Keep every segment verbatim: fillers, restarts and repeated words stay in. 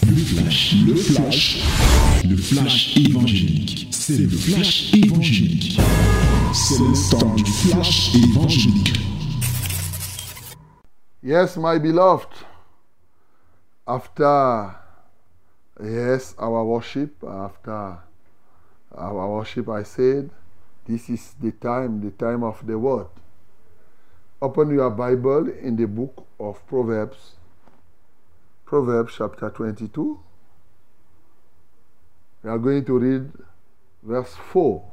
Le flash, le flash, le flash évangélique. C'est le flash évangélique. C'est le temps du flash évangélique. Yes, my beloved. After, yes, our worship, after our worship, I said, this is the time, the time of the word. Open your Bible in the book of Proverbs. Proverbs chapter twenty-two. We are going to read verse four.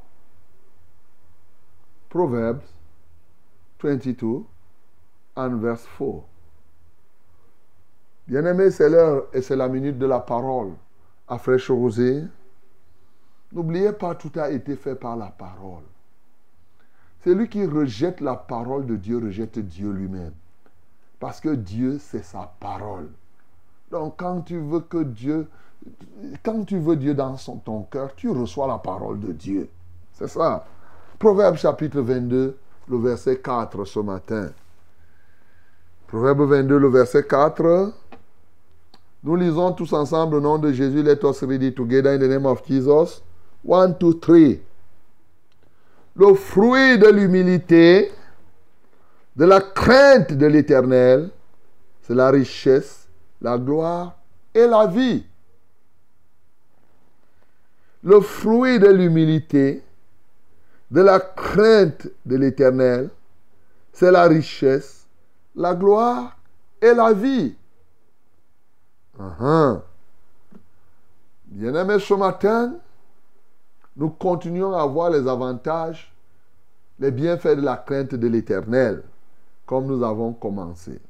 Proverbs twenty-two and verse four. Bien-aimés, c'est l'heure et c'est la minute de la parole à fraîche rosée. N'oubliez pas, tout a été fait par la parole. Celui qui rejette la parole de Dieu rejette Dieu lui-même. Parce que Dieu, c'est sa parole. Donc, quand tu veux que Dieu, quand tu veux Dieu dans son, ton cœur, tu reçois la parole de Dieu. C'est ça. Proverbe chapitre vingt-deux, le verset quatre ce matin. Proverbe vingt-deux, le verset quatre. Nous lisons tous ensemble au nom de Jésus. Let us read it together in the name of Jesus. One, two, three. Le fruit de l'humilité, de la crainte de l'Éternel, c'est la richesse, la gloire et la vie. Le fruit de l'humilité, de la crainte de l'Éternel, c'est la richesse, la gloire et la vie. Uh-huh. Bien-aimés, ce matin, nous continuons à voir les avantages, les bienfaits de la crainte de l'Éternel, comme nous avons commencé.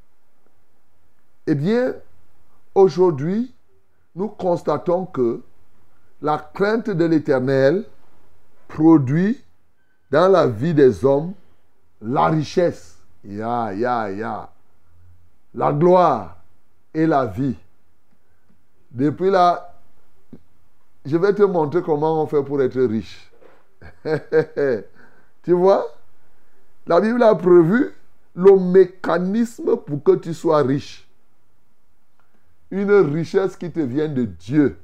Eh bien, aujourd'hui, nous constatons que la crainte de l'Éternel produit dans la vie des hommes la richesse, ya, ya, ya, la gloire et la vie. Depuis là, je vais te montrer comment on fait pour être riche. Tu vois? La Bible a prévu le mécanisme pour que tu sois riche. Une richesse qui te vient de Dieu.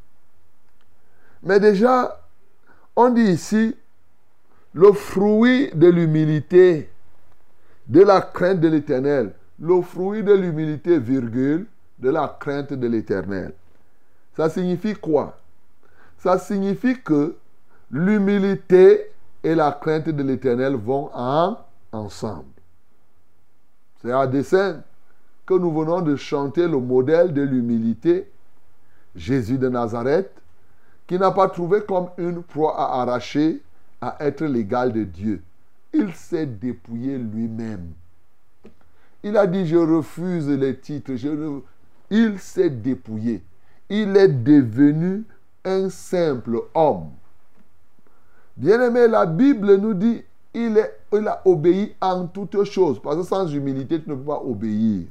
Mais déjà, on dit ici, le fruit de l'humilité, de la crainte de l'Éternel. Le fruit de l'humilité, virgule, de la crainte de l'Éternel. Ça signifie quoi? Ça signifie que l'humilité et la crainte de l'Éternel vont en, ensemble. C'est à dessein que nous venons de chanter le modèle de l'humilité, Jésus de Nazareth, qui n'a pas trouvé comme une proie à arracher à être l'égal de Dieu. Il s'est dépouillé lui-même. Il a dit, je refuse les titres. Je ne... Il s'est dépouillé. Il est devenu un simple homme. Bien-aimé, la Bible nous dit, il, est, il a obéi en toutes choses. Parce que sans humilité, tu ne peux pas obéir.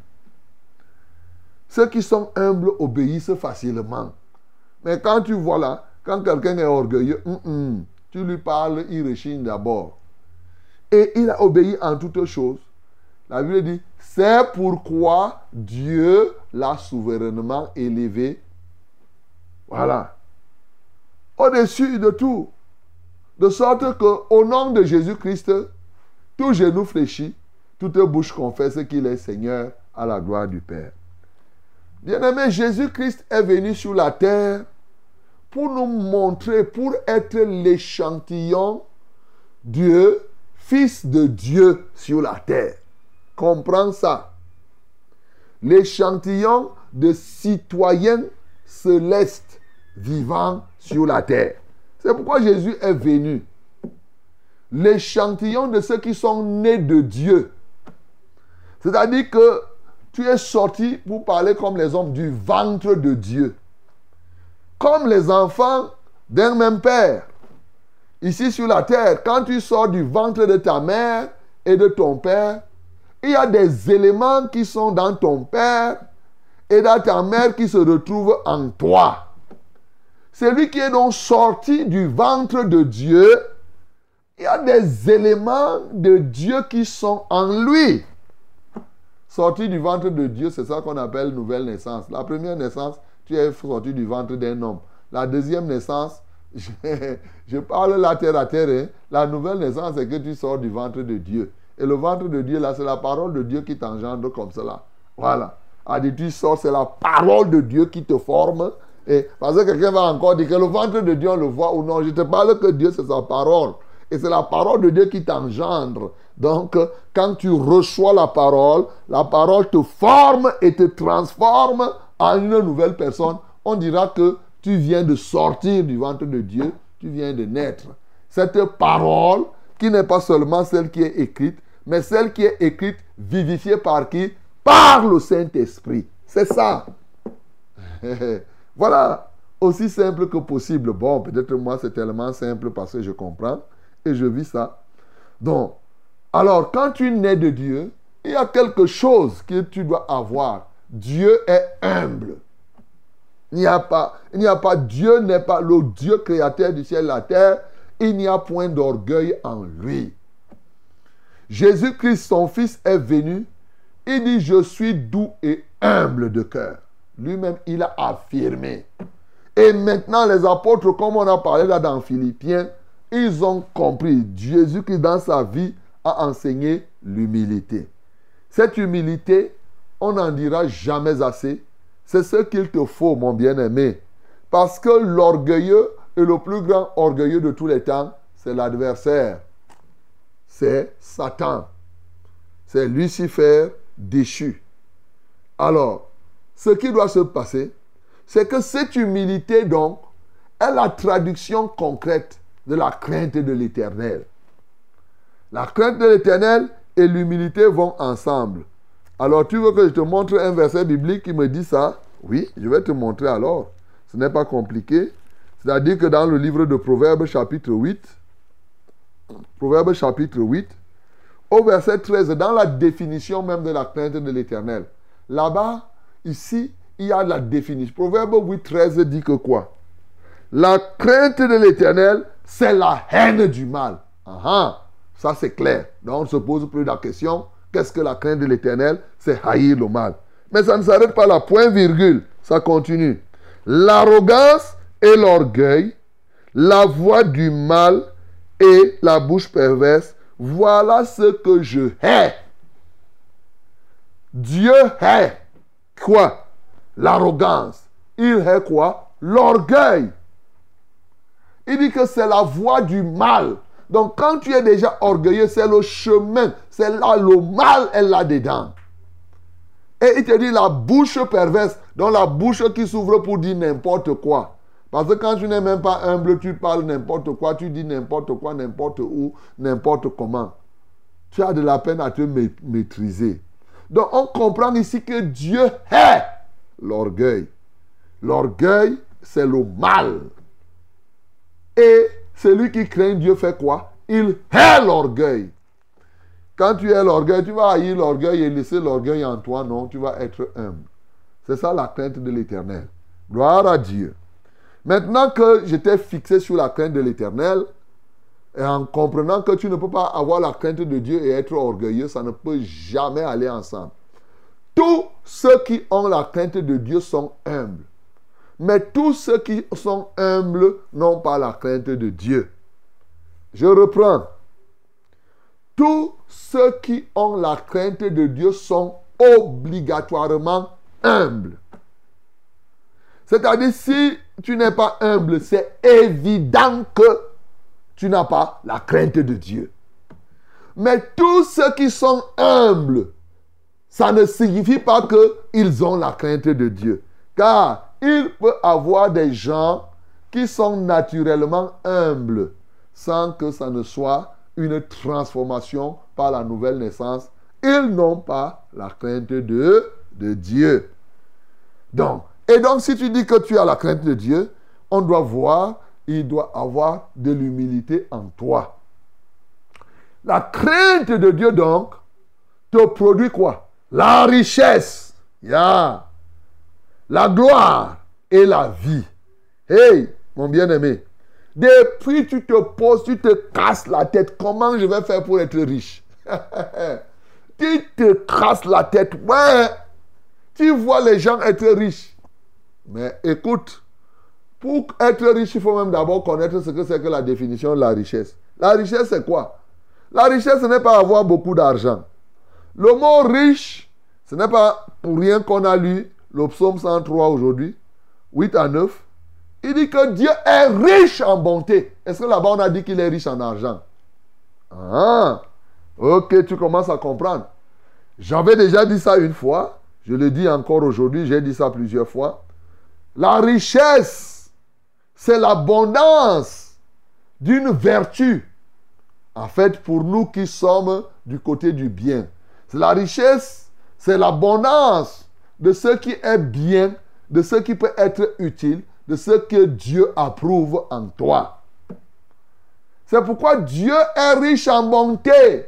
Ceux qui sont humbles obéissent facilement. Mais quand tu vois là, quand quelqu'un est orgueilleux, mm -mm, tu lui parles, il rechigne d'abord. Et il a obéi en toutes choses. La Bible dit, c'est pourquoi Dieu l'a souverainement élevé. Voilà. Au-dessus de tout. De sorte qu'au nom de Jésus-Christ, tout genou fléchit, toute bouche confesse qu'il est Seigneur à la gloire du Père. Bien-aimé, Jésus-Christ est venu sur la terre pour nous montrer, pour être l'échantillon Dieu, Fils de Dieu sur la terre. Comprends ça. L'échantillon de citoyens célestes vivant sur la terre. C'est pourquoi Jésus est venu. L'échantillon de ceux qui sont nés de Dieu. C'est-à-dire que tu es sorti pour parler comme les hommes du ventre de Dieu. Comme les enfants d'un même père. Ici sur la terre, quand tu sors du ventre de ta mère et de ton père, il y a des éléments qui sont dans ton père et dans ta mère qui se retrouvent en toi. Celui qui est donc sorti du ventre de Dieu, il y a des éléments de Dieu qui sont en lui. Sorti du ventre de Dieu, c'est ça qu'on appelle nouvelle naissance. La première naissance, tu es sorti du ventre d'un homme. La deuxième naissance, je, je parle là terre à terre, hein. La nouvelle naissance, c'est que tu sors du ventre de Dieu. Et le ventre de Dieu, là, c'est la parole de Dieu qui t'engendre comme cela. Voilà. A dit, tu sors, c'est la parole de Dieu qui te forme. Et parce que quelqu'un va encore dire que le ventre de Dieu, on le voit ou non. Je te parle que Dieu, c'est sa parole. Et c'est la parole de Dieu qui t'engendre. Donc, quand tu reçois la parole, la parole te forme et te transforme en une nouvelle personne. On dira que tu viens de sortir du ventre de Dieu, tu viens de naître. Cette parole, qui n'est pas seulement celle qui est écrite, mais celle qui est écrite, vivifiée par qui? Par le Saint-Esprit. C'est ça. Voilà, aussi simple que possible. Bon, peut-être moi, c'est tellement simple parce que je comprends et je vis ça. Donc, alors, quand tu nais de Dieu, il y a quelque chose que tu dois avoir. Dieu est humble. Il n'y a pas, il n'y a pas, Dieu n'est pas le Dieu créateur du ciel et de la terre. Il n'y a point d'orgueil en lui. Jésus-Christ, son Fils, est venu. Il dit, je suis doux et humble de cœur. Lui-même, il a affirmé. Et maintenant, les apôtres, comme on a parlé là dans Philippiens, ils ont compris. Jésus-Christ, dans sa vie, a enseigné l'humilité. Cette humilité, on n'en dira jamais assez. C'est ce qu'il te faut, mon bien-aimé. Parce que l'orgueilleux et le plus grand orgueilleux de tous les temps, c'est l'adversaire. C'est Satan. C'est Lucifer déchu. Alors, ce qui doit se passer, c'est que cette humilité, donc, est la traduction concrète de la crainte de l'Éternel. La crainte de l'Éternel et l'humilité vont ensemble. Alors, tu veux que je te montre un verset biblique qui me dit ça? Oui, je vais te montrer alors. Ce n'est pas compliqué. C'est-à-dire que dans le livre de Proverbes chapitre huit, Proverbes chapitre huit, au verset treize, dans la définition même de la crainte de l'Éternel, là-bas, ici, il y a la définition. Proverbe huit, treize dit que quoi? La crainte de l'Éternel, c'est la haine du mal. Ah, ça c'est clair. Donc on ne se pose plus la question. Qu'est-ce que la crainte de l'Éternel? C'est haïr le mal. Mais ça ne s'arrête pas là, point virgule. Ça continue. L'arrogance et l'orgueil, la voix du mal et la bouche perverse, voilà ce que je hais. Dieu hait quoi? L'arrogance. Il hait quoi? L'orgueil. Il dit que c'est la voie du mal. Donc quand tu es déjà orgueilleux, c'est le chemin. C'est là le mal est là-dedans. Et il te dit la bouche perverse. Donc la bouche qui s'ouvre pour dire n'importe quoi. Parce que quand tu n'es même pas humble, tu parles n'importe quoi, tu dis n'importe quoi, n'importe où, n'importe comment. Tu as de la peine à te maîtriser. Donc on comprend ici que Dieu hait l'orgueil. L'orgueil, c'est le mal. Et celui qui craint Dieu fait quoi? Il hait l'orgueil. Quand tu hais l'orgueil, tu vas haïr l'orgueil et laisser l'orgueil en toi. Non, tu vas être humble. C'est ça la crainte de l'Éternel. Gloire à Dieu. Maintenant que j'étais fixé sur la crainte de l'Éternel, et en comprenant que tu ne peux pas avoir la crainte de Dieu et être orgueilleux, ça ne peut jamais aller ensemble. Tous ceux qui ont la crainte de Dieu sont humbles. Mais tous ceux qui sont humbles n'ont pas la crainte de Dieu. Je reprends. Tous ceux qui ont la crainte de Dieu sont obligatoirement humbles. C'est-à-dire, si tu n'es pas humble, c'est évident que tu n'as pas la crainte de Dieu. Mais tous ceux qui sont humbles, ça ne signifie pas qu'ils ont la crainte de Dieu. Car il peut y avoir des gens qui sont naturellement humbles sans que ça ne soit une transformation par la nouvelle naissance. Ils n'ont pas la crainte de, de Dieu. Donc, et donc, si tu dis que tu as la crainte de Dieu, on doit voir, il doit avoir de l'humilité en toi. La crainte de Dieu, donc, te produit quoi? La richesse, yeah. La gloire et la vie. Hey, mon bien-aimé, depuis tu te poses, tu te casses la tête. Comment je vais faire pour être riche? Tu te casses la tête. Ouais, tu vois les gens être riches. Mais écoute, pour être riche, il faut même d'abord connaître ce que c'est que la définition de la richesse. La richesse, c'est quoi? La richesse, ce n'est pas avoir beaucoup d'argent. Le mot riche, ce n'est pas pour rien qu'on a lu le psaume cent trois aujourd'hui, huit à neuf. Il dit que Dieu est riche en bonté. Est-ce que là-bas on a dit qu'il est riche en argent? Ah, ok, tu commences à comprendre. J'avais déjà dit ça une fois. Je le dis encore aujourd'hui. J'ai dit ça plusieurs fois. La richesse, c'est l'abondance d'une vertu. En fait, pour nous qui sommes du côté du bien. C'est la richesse, c'est l'abondance de ce qui est bien, de ce qui peut être utile, de ce que Dieu approuve en toi. C'est pourquoi Dieu est riche en bonté.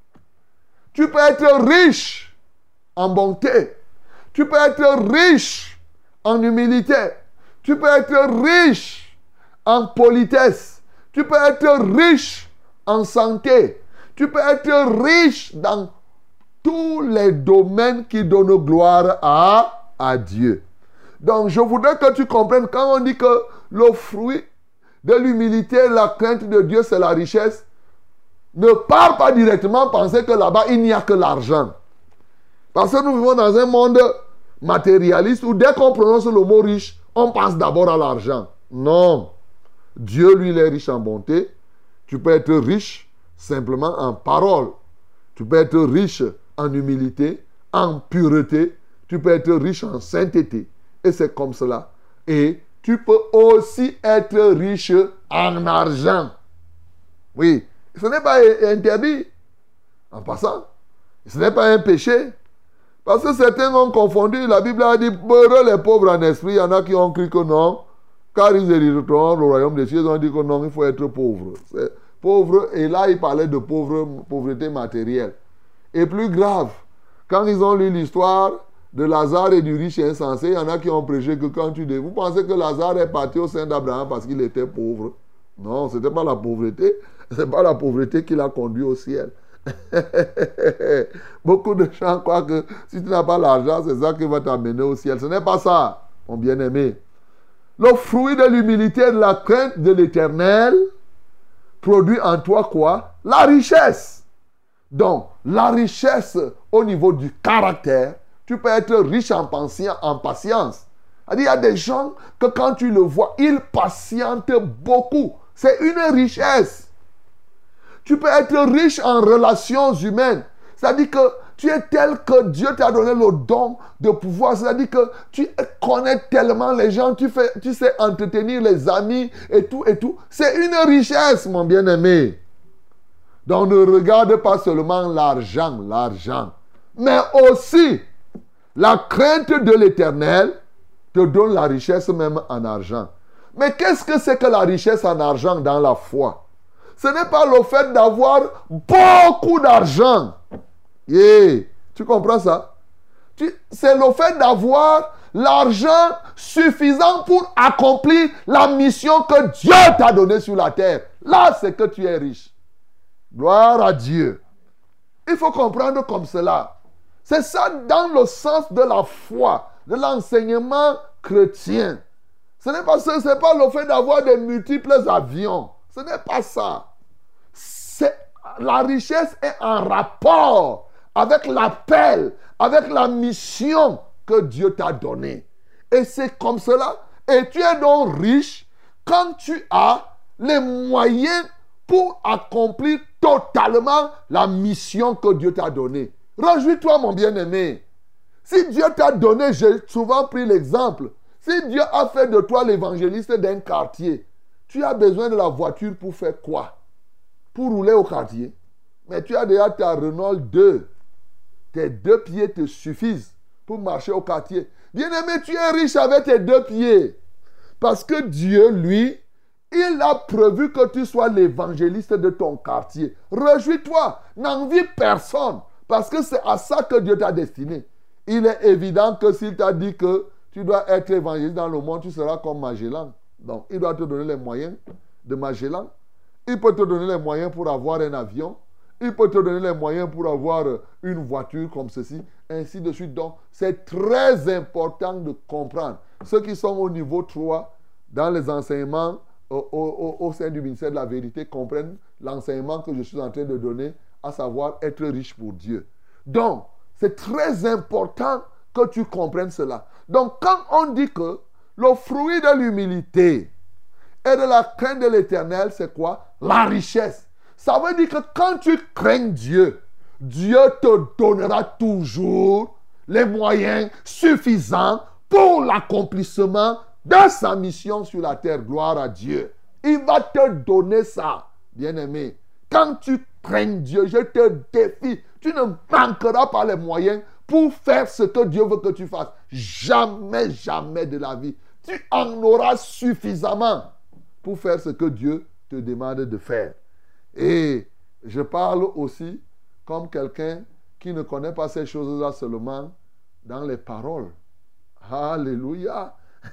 Tu peux être riche en bonté. Tu peux être riche en humilité. Tu peux être riche en politesse. Tu peux être riche en santé. Tu peux être riche dans tous les domaines qui donnent gloire à, à Dieu. Donc, je voudrais que tu comprennes, quand on dit que le fruit de l'humilité, la crainte de Dieu, c'est la richesse, ne pars pas directement penser que là-bas, il n'y a que l'argent. Parce que nous vivons dans un monde matérialiste où dès qu'on prononce le mot riche, on pense d'abord à l'argent. Non. Dieu, lui, il est riche en bonté. Tu peux être riche simplement en parole. Tu peux être riche en humilité, en pureté. Tu peux être riche en sainteté. Et c'est comme cela. Et tu peux aussi être riche en argent. Oui. Ce n'est pas interdit. En passant. Ce n'est pas un péché. Parce que certains ont confondu. La Bible a dit, heureux les pauvres en esprit. Il y en a qui ont cru que non. Car ils hériteront le royaume des cieux. Ils ont dit que non, il faut être pauvre. C'est pauvre. Et là, il parlait de pauvre, pauvreté matérielle. Et plus grave, quand ils ont lu l'histoire de Lazare et du riche insensé, il y en a qui ont prêché que quand tu dis, vous pensez que Lazare est parti au sein d'Abraham parce qu'il était pauvre? Non, ce n'était pas la pauvreté. Ce n'est pas la pauvreté qui l'a conduit au ciel. Beaucoup de gens croient que si tu n'as pas l'argent, c'est ça qui va t'amener au ciel. Ce n'est pas ça, mon bien-aimé. Le fruit de l'humilité et de la crainte de l'Éternel produit en toi quoi? La richesse. Donc, la richesse au niveau du caractère, tu peux être riche en, en patience. Il y a des gens que quand tu le vois, ils patientent beaucoup. C'est une richesse. Tu peux être riche en relations humaines. C'est-à-dire que tu es tel que Dieu t'a donné le don de pouvoir. C'est-à-dire que tu connais tellement les gens, tu, fais, tu sais entretenir les amis et tout et tout. C'est une richesse, mon bien-aimé. Donc ne regarde pas seulement l'argent, l'argent, mais aussi la crainte de l'Éternel te donne la richesse même en argent. Mais qu'est-ce que c'est que la richesse en argent dans la foi? Ce n'est pas le fait d'avoir beaucoup d'argent. Yeah. Tu comprends ça? Tu, c'est le fait d'avoir l'argent suffisant pour accomplir la mission que Dieu t'a donnée sur la terre. Là, c'est que tu es riche. Gloire à Dieu. Il faut comprendre comme cela. C'est ça dans le sens de la foi, de l'enseignement chrétien. Ce n'est pas ça, ce n'est pas le fait d'avoir des multiples avions. Ce n'est pas ça. C'est, la richesse est en rapport avec l'appel, avec la mission que Dieu t'a donnée. Et c'est comme cela. Et tu es donc riche quand tu as les moyens pour accomplir totalement la mission que Dieu t'a donnée. Réjouis-toi, mon bien-aimé. Si Dieu t'a donné, j'ai souvent pris l'exemple, si Dieu a fait de toi l'évangéliste d'un quartier, tu as besoin de la voiture pour faire quoi? Pour rouler au quartier. Mais tu as déjà ta Renault deux. Tes deux pieds te suffisent pour marcher au quartier. Bien-aimé, tu es riche avec tes deux pieds. Parce que Dieu, lui, il a prévu que tu sois l'évangéliste de ton quartier. Réjouis-toi, n'envie personne. Parce que c'est à ça que Dieu t'a destiné. Il est évident que s'il t'a dit que tu dois être évangéliste dans le monde, tu seras comme Magellan. Donc, il doit te donner les moyens de Magellan. Il peut te donner les moyens pour avoir un avion. Il peut te donner les moyens pour avoir une voiture comme ceci. ainsi de suite. Donc, c'est très important de comprendre. Ceux qui sont au niveau trois, dans les enseignements au, au, au sein du ministère de la vérité, comprennent l'enseignement que je suis en train de donner, à savoir être riche pour Dieu. Donc, c'est très important que tu comprennes cela. Donc, quand on dit que le fruit de l'humilité et de la crainte de l'Éternel, c'est quoi? La richesse. Ça veut dire que quand tu crains Dieu, Dieu te donnera toujours les moyens suffisants pour l'accomplissement de sa mission sur la terre. Gloire à Dieu. Il va te donner ça, bien-aimé. Quand tu crains Dieu, je te défie, tu ne manqueras pas les moyens pour faire ce que Dieu veut que tu fasses. Jamais, jamais de la vie. Tu en auras suffisamment pour faire ce que Dieu te demande de faire. Et je parle aussi comme quelqu'un qui ne connaît pas ces choses-là seulement dans les paroles. Alléluia.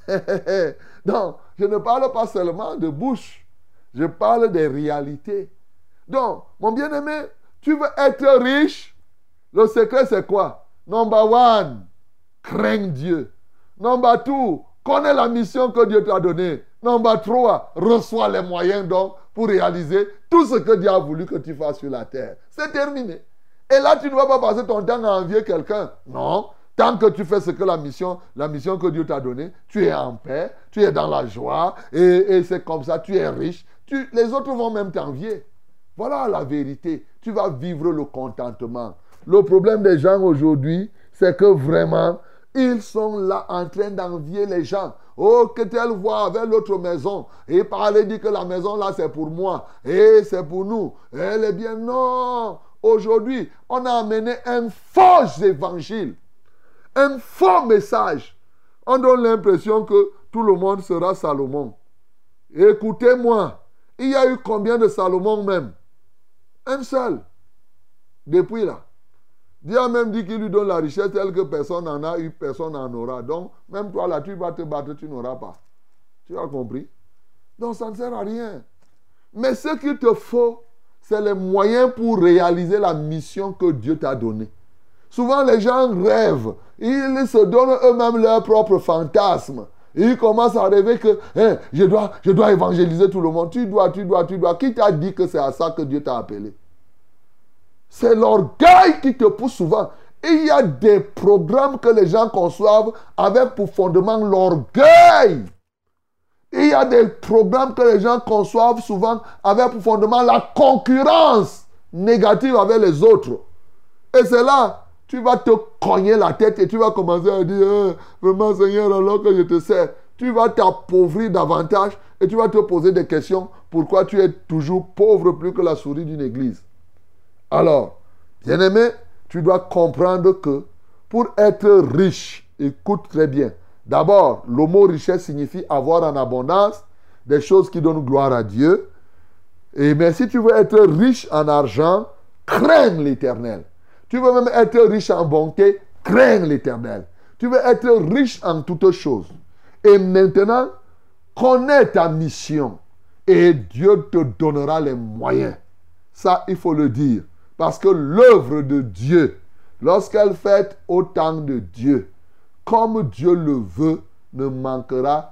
Donc, je ne parle pas seulement de bouche. Je parle des réalités. Donc, mon bien-aimé, tu veux être riche? Le secret, c'est quoi? Number one, crains Dieu. Number two, connais la mission que Dieu t'a donnée. Number trois, reçois les moyens donc pour réaliser tout ce que Dieu a voulu que tu fasses sur la terre. C'est terminé. Et là, tu ne vas pas passer ton temps à envier quelqu'un. Non. Tant que tu fais ce que la mission, la mission que Dieu t'a donnée, tu es en paix, tu es dans la joie, et, et c'est comme ça, tu es riche. Tu, les autres vont même t'envier. Voilà la vérité. Tu vas vivre le contentement. Le problème des gens aujourd'hui, c'est que vraiment, ils sont là en train d'envier les gens. Oh, que tel voit avec l'autre maison. Et parler, dit que la maison là, c'est pour moi. Et c'est pour nous. Elle est bien. Non. Aujourd'hui, on a amené un faux évangile. Un faux message. On donne l'impression que tout le monde sera Salomon. Écoutez-moi. Il y a eu combien de Salomon même? Un seul. Depuis là. Dieu a même dit qu'il lui donne la richesse telle que personne n'en a eu, personne n'en aura. Donc, même toi là, tu vas te battre, tu n'auras pas. Tu as compris? Donc, ça ne sert à rien. Mais ce qu'il te faut, c'est les moyens pour réaliser la mission que Dieu t'a donnée. Souvent, les gens rêvent. Ils se donnent eux-mêmes leurs propres fantasmes. Ils commencent à rêver que hein, je, dois, je dois évangéliser tout le monde. Tu dois, tu dois, tu dois. Qui t'a dit que c'est à ça que Dieu t'a appelé? C'est l'orgueil qui te pousse souvent. Et il y a des programmes que les gens conçoivent avec pour fondement l'orgueil. Il y a des programmes que les gens conçoivent souvent avec pour fondement la concurrence négative avec les autres. Et c'est là, tu vas te cogner la tête et tu vas commencer à dire eh, vraiment Seigneur, alors que je te sers, tu vas t'appauvrir davantage et tu vas te poser des questions. Pourquoi tu es toujours pauvre plus que la souris d'une église? Alors, bien-aimé, tu dois comprendre que pour être riche, écoute très bien. D'abord, le mot richesse signifie avoir en abondance des choses qui donnent gloire à Dieu. Et mais si tu veux être riche en argent, crains l'Éternel. Tu veux même être riche en bonté, crains l'Éternel. Tu veux être riche en toutes choses. Et maintenant, connais ta mission. Et Dieu te donnera les moyens. Ça, il faut le dire. Parce que l'œuvre de Dieu, lorsqu'elle fait au temps de Dieu, comme Dieu le veut, ne manquera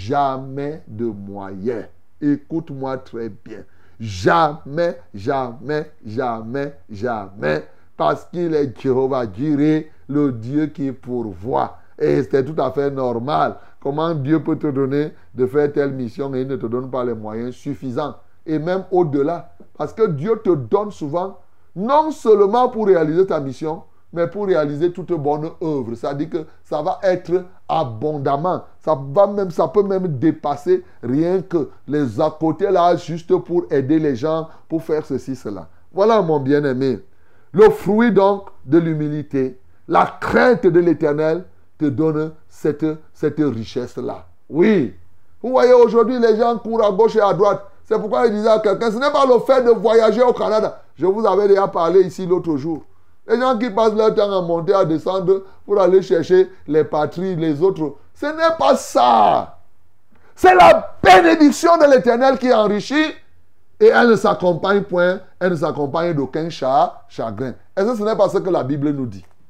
jamais de moyens. Écoute-moi très bien. Jamais, jamais, jamais, jamais. Parce qu'il est Jéhovah Jireh, le Dieu qui pourvoit. Et c'est tout à fait normal. Comment Dieu peut te donner de faire telle mission et il ne te donne pas les moyens suffisants. Et même au-delà. Parce que Dieu te donne souvent, non seulement pour réaliser ta mission, mais pour réaliser toute bonne œuvre. C'est-à-dire que ça va être abondamment. Ça, va même, ça peut même dépasser rien que les à côté là, juste pour aider les gens, pour faire ceci, cela. Voilà mon bien-aimé. Le fruit donc de l'humilité, la crainte de l'Éternel te donne cette, cette richesse-là. Oui. Vous voyez aujourd'hui, les gens courent à gauche et à droite. C'est pourquoi je disais à quelqu'un, ce n'est pas le fait de voyager au Canada. Je vous avais déjà parlé ici l'autre jour. Les gens qui passent leur temps à monter, à descendre pour aller chercher les patries, les autres. Ce n'est pas ça. C'est la bénédiction de l'Éternel qui enrichit et elle ne s'accompagne point, elle ne s'accompagne d'aucun chagrin. Est-ce que ce n'est pas ce que la Bible nous dit?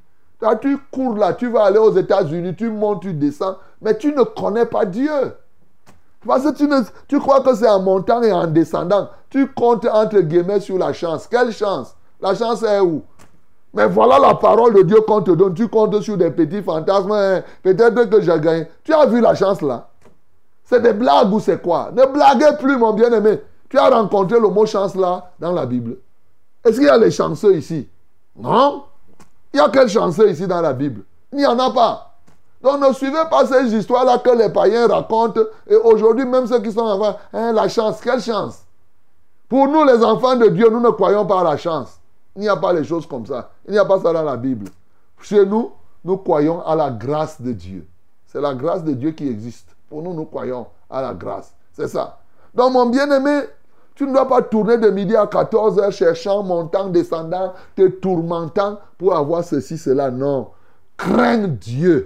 Toi, tu cours là, tu vas aller aux États-Unis, tu montes, tu descends, mais tu ne connais pas Dieu. Parce que tu, ne, tu crois que c'est en montant et en descendant. Tu comptes entre guillemets sur la chance. Quelle chance? La chance est où? Mais voilà la parole de Dieu qu'on te donne. Tu comptes sur des petits fantasmes. Hein. Peut-être que j'ai gagné. Tu as vu la chance là? C'est des blagues ou c'est quoi? Ne blaguez plus, mon bien-aimé. Tu as rencontré le mot chance là dans la Bible. Est-ce qu'il y a les chanceux ici? Non. Il y a quel chanceux ici dans la Bible? Il n'y en a pas. Donc ne suivez pas ces histoires-là que les païens racontent. Et aujourd'hui, même ceux qui sont enfants, hein, la chance, quelle chance? Pour nous, les enfants de Dieu, nous ne croyons pas à la chance. Il n'y a pas les choses comme ça. Il n'y a pas ça dans la Bible. Chez nous, nous croyons à la grâce de Dieu. C'est la grâce de Dieu qui existe. Pour nous, nous croyons à la grâce. C'est ça. Donc, mon bien-aimé, tu ne dois pas tourner de midi à quatorze heures cherchant, montant, descendant, te tourmentant pour avoir ceci, cela. Non. Crains Dieu.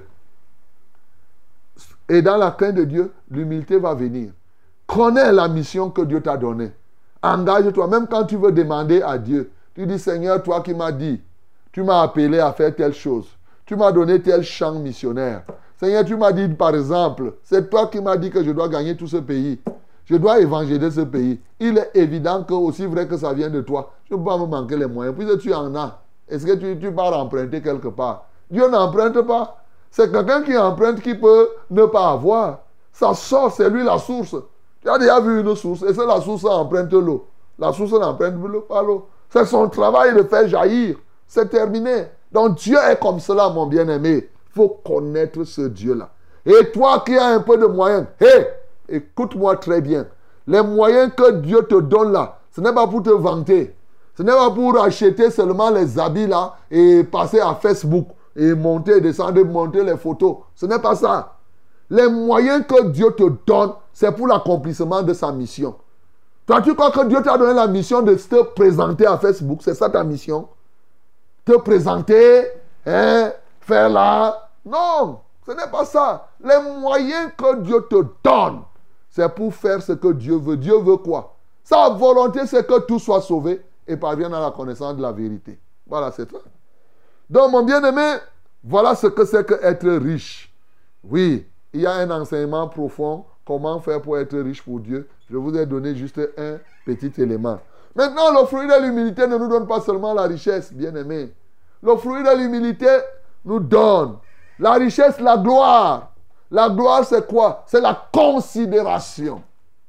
Et dans la crainte de Dieu, l'humilité va venir. Connais la mission que Dieu t'a donnée. Engage-toi. Même quand tu veux demander à Dieu, tu dis, Seigneur, toi qui m'as dit, tu m'as appelé à faire telle chose. Tu m'as donné tel champ missionnaire. Seigneur, tu m'as dit, par exemple, c'est toi qui m'as dit que je dois gagner tout ce pays. Je dois évangéliser ce pays. Il est évident que, aussi vrai que ça vient de toi, je ne peux pas me manquer les moyens. Puisque tu en as. Est-ce que tu, tu pars emprunter quelque part? Dieu n'emprunte pas. C'est quelqu'un qui emprunte qui peut ne pas avoir. Ça sort, c'est lui la source. Tu as déjà vu une source. Et c'est la source qui emprunte l'eau. La source n'emprunte pas l'eau. C'est son travail de faire jaillir. C'est terminé. Donc Dieu est comme cela, mon bien-aimé. Il faut connaître ce Dieu-là. Et toi qui as un peu de moyens, hé, écoute-moi très bien. Les moyens que Dieu te donne là, ce n'est pas pour te vanter. Ce n'est pas pour acheter seulement les habits là et passer à Facebook et monter, descendre, monter les photos. Ce n'est pas ça. Les moyens que Dieu te donne, c'est pour l'accomplissement de sa mission. Toi, tu crois que Dieu t'a donné la mission de te présenter à Facebook? C'est ça ta mission? Te présenter, hein, faire là? Non, ce n'est pas ça. Les moyens que Dieu te donne, c'est pour faire ce que Dieu veut. Dieu veut quoi? Sa volonté, c'est que tout soit sauvé et parvienne à la connaissance de la vérité. Voilà, c'est ça. Donc, mon bien-aimé, voilà ce que c'est que être riche. Oui, il y a un enseignement profond. Comment faire pour être riche pour Dieu? Je vous ai donné juste un petit élément. Maintenant, le fruit de l'humilité ne nous donne pas seulement la richesse, bien-aimé. Le fruit de l'humilité nous donne la richesse, la gloire. La gloire, c'est quoi? C'est la considération,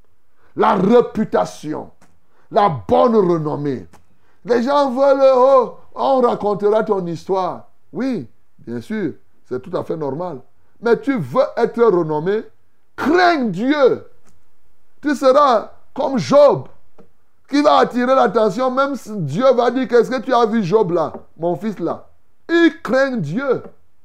la réputation, la bonne renommée. Les gens veulent, oh, on racontera ton histoire. Oui, bien sûr, c'est tout à fait normal. Mais tu veux être renommé, crains Dieu. Tu seras comme Job, qui va attirer l'attention, même si Dieu va dire, qu'est-ce que tu as vu Job là, mon fils là? Il craint Dieu.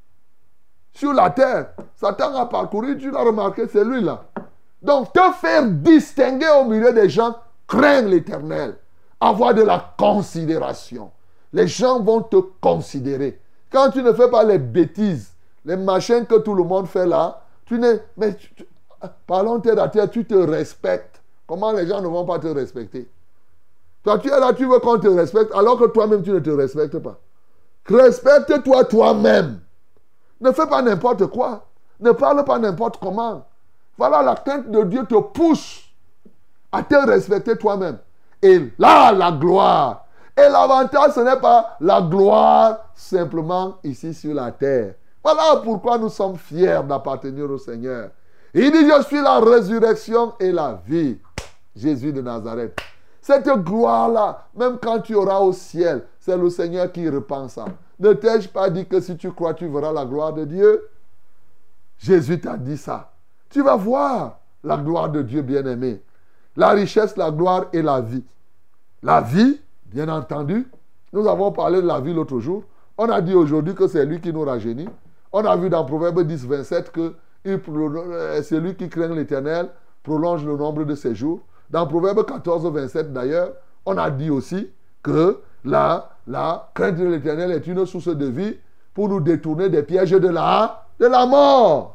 Sur la terre, Satan a parcouru, tu l'as remarqué, c'est lui là. Donc, te faire distinguer au milieu des gens, crains l'Éternel. Avoir de la considération. Les gens vont te considérer. Quand tu ne fais pas les bêtises, les machins que tout le monde fait là, tu n'es... Mais tu, tu, parlons terre à terre, tu te respectes. Comment les gens ne vont pas te respecter? Toi, tu es là, tu veux qu'on te respecte, alors que toi-même, tu ne te respectes pas. Respecte-toi toi-même. Ne fais pas n'importe quoi. Ne parle pas n'importe comment. Voilà, la crainte de Dieu te pousse à te respecter toi-même. Et là, la gloire. Et l'avantage, ce n'est pas la gloire simplement ici sur la terre. Voilà pourquoi nous sommes fiers d'appartenir au Seigneur. Il dit, je suis la résurrection et la vie. Jésus de Nazareth. Cette gloire-là, même quand tu auras au ciel, c'est le Seigneur qui repense ça. Ne t'ai-je pas dit que si tu crois, tu verras la gloire de Dieu? Jésus t'a dit ça. Tu vas voir la gloire de Dieu bien-aimé. La richesse, la gloire et la vie. La vie, bien entendu, nous avons parlé de la vie l'autre jour. On a dit aujourd'hui que c'est lui qui nous rajeunit. On a vu dans Proverbe dix, vingt-sept que c'est lui qui craint l'Éternel, prolonge le nombre de ses jours. Dans Proverbe quatorze, vingt-sept d'ailleurs, on a dit aussi que la, la crainte de l'Éternel est une source de vie pour nous détourner des pièges de la, de la mort.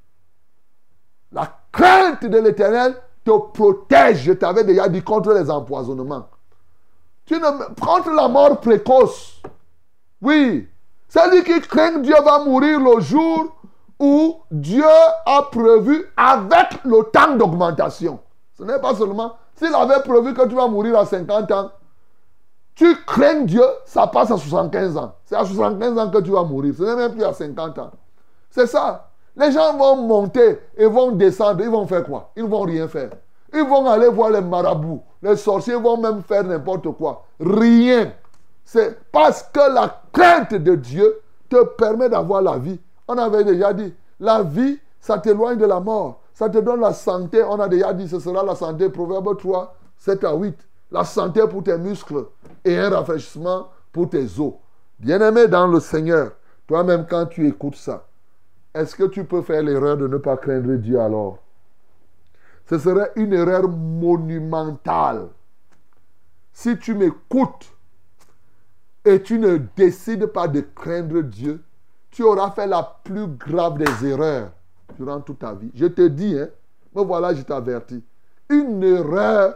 La crainte de l'Éternel te protège, je t'avais déjà dit, contre les empoisonnements. Tu ne, contre la mort précoce. Oui, Celui qui craint Dieu va mourir le jour où Dieu a prévu avec le temps d'augmentation. Ce n'est pas seulement, s'il avait prévu que tu vas mourir à cinquante ans, tu crains Dieu, ça passe à soixante-quinze ans. C'est à soixante-quinze ans que tu vas mourir. Ce n'est même plus à cinquante ans. C'est ça. Les gens vont monter et vont descendre. Ils vont faire quoi? Ils ne vont rien faire. Ils vont aller voir les marabouts. Les sorciers vont même faire n'importe quoi. Rien. C'est parce que la crainte de Dieu te permet d'avoir la vie. On avait déjà dit, la vie, ça t'éloigne de la mort. Ça te donne la santé. On a déjà dit, ce sera la santé. Proverbe trois, sept à huit. La santé pour tes muscles et un rafraîchissement pour tes os. Bien-aimé dans le Seigneur, toi-même quand tu écoutes ça, est-ce que tu peux faire l'erreur de ne pas craindre Dieu alors? Ce serait une erreur monumentale. Si tu m'écoutes et tu ne décides pas de craindre Dieu, tu auras fait la plus grave des erreurs durant toute ta vie. Je te dis, hein, mais voilà, je t'avertis. Une erreur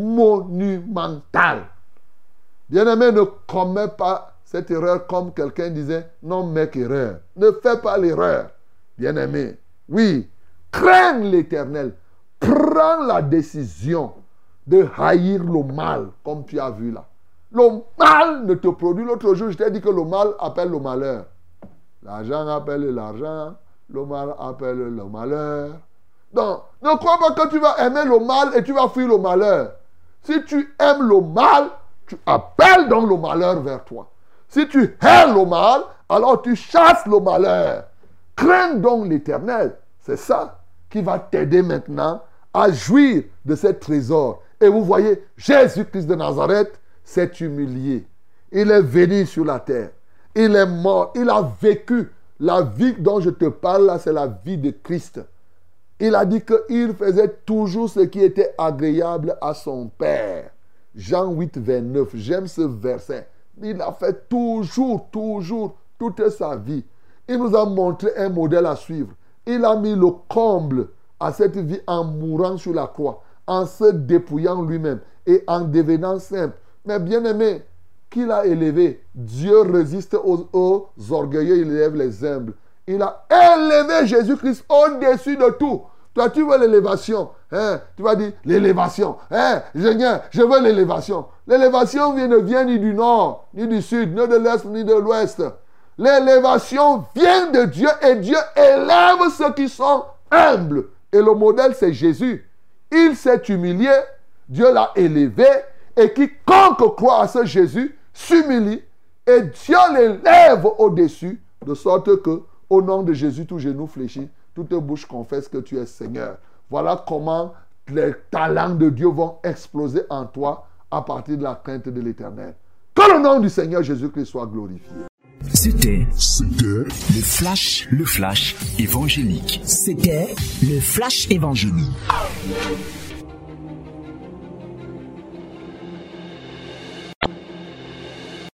monumentale. Bien-aimé, ne commets pas cette erreur comme quelqu'un disait, non mec, erreur. Ne fais pas l'erreur. Bien-aimé, oui, crains l'Éternel. Prends la décision de haïr le mal, comme tu as vu là. Le mal ne te produit. L'autre jour, je t'ai dit que le mal appelle le malheur. L'argent appelle l'argent, le mal appelle le malheur. Donc, ne crois pas que tu vas aimer le mal et tu vas fuir le malheur. Si tu aimes le mal, tu appelles donc le malheur vers toi. Si tu hais le mal, alors tu chasses le malheur. Crains donc l'Éternel. C'est ça qui va t'aider maintenant à jouir de ces trésors. Et vous voyez, Jésus-Christ de Nazareth s'est humilié. Il est venu sur la terre. Il est mort. Il a vécu. La vie dont je te parle là, c'est la vie de Christ. Il a dit qu'il faisait toujours ce qui était agréable à son Père. Jean huit, vingt-neuf. J'aime ce verset. Il a fait toujours, toujours, toute sa vie. Il nous a montré un modèle à suivre. Il a mis le comble à cette vie en mourant sur la croix, en se dépouillant lui-même et en devenant simple. Mais bien aimé, qui l'a élevé? Dieu résiste aux, aux orgueilleux, il élève les humbles. Il a élevé Jésus-Christ au-dessus de tout. Toi, tu veux l'élévation. Hein? Tu vas dire, l'élévation. Hein? Seigneur, je veux l'élévation. L'élévation ne vient ni du nord, ni du sud, ni de l'est, ni de l'ouest. L'élévation vient de Dieu et Dieu élève ceux qui sont humbles. Et le modèle, c'est Jésus. Il s'est humilié, Dieu l'a élevé, et quiconque croit à ce Jésus s'humilie, et Dieu l'élève au-dessus, de sorte que, au nom de Jésus, tout genou fléchit, toute bouche confesse que tu es Seigneur. Voilà comment les talents de Dieu vont exploser en toi à partir de la crainte de l'Éternel. Que le nom du Seigneur Jésus-Christ soit glorifié. C'était, C'était le flash, le flash évangélique. C'était le flash évangélique.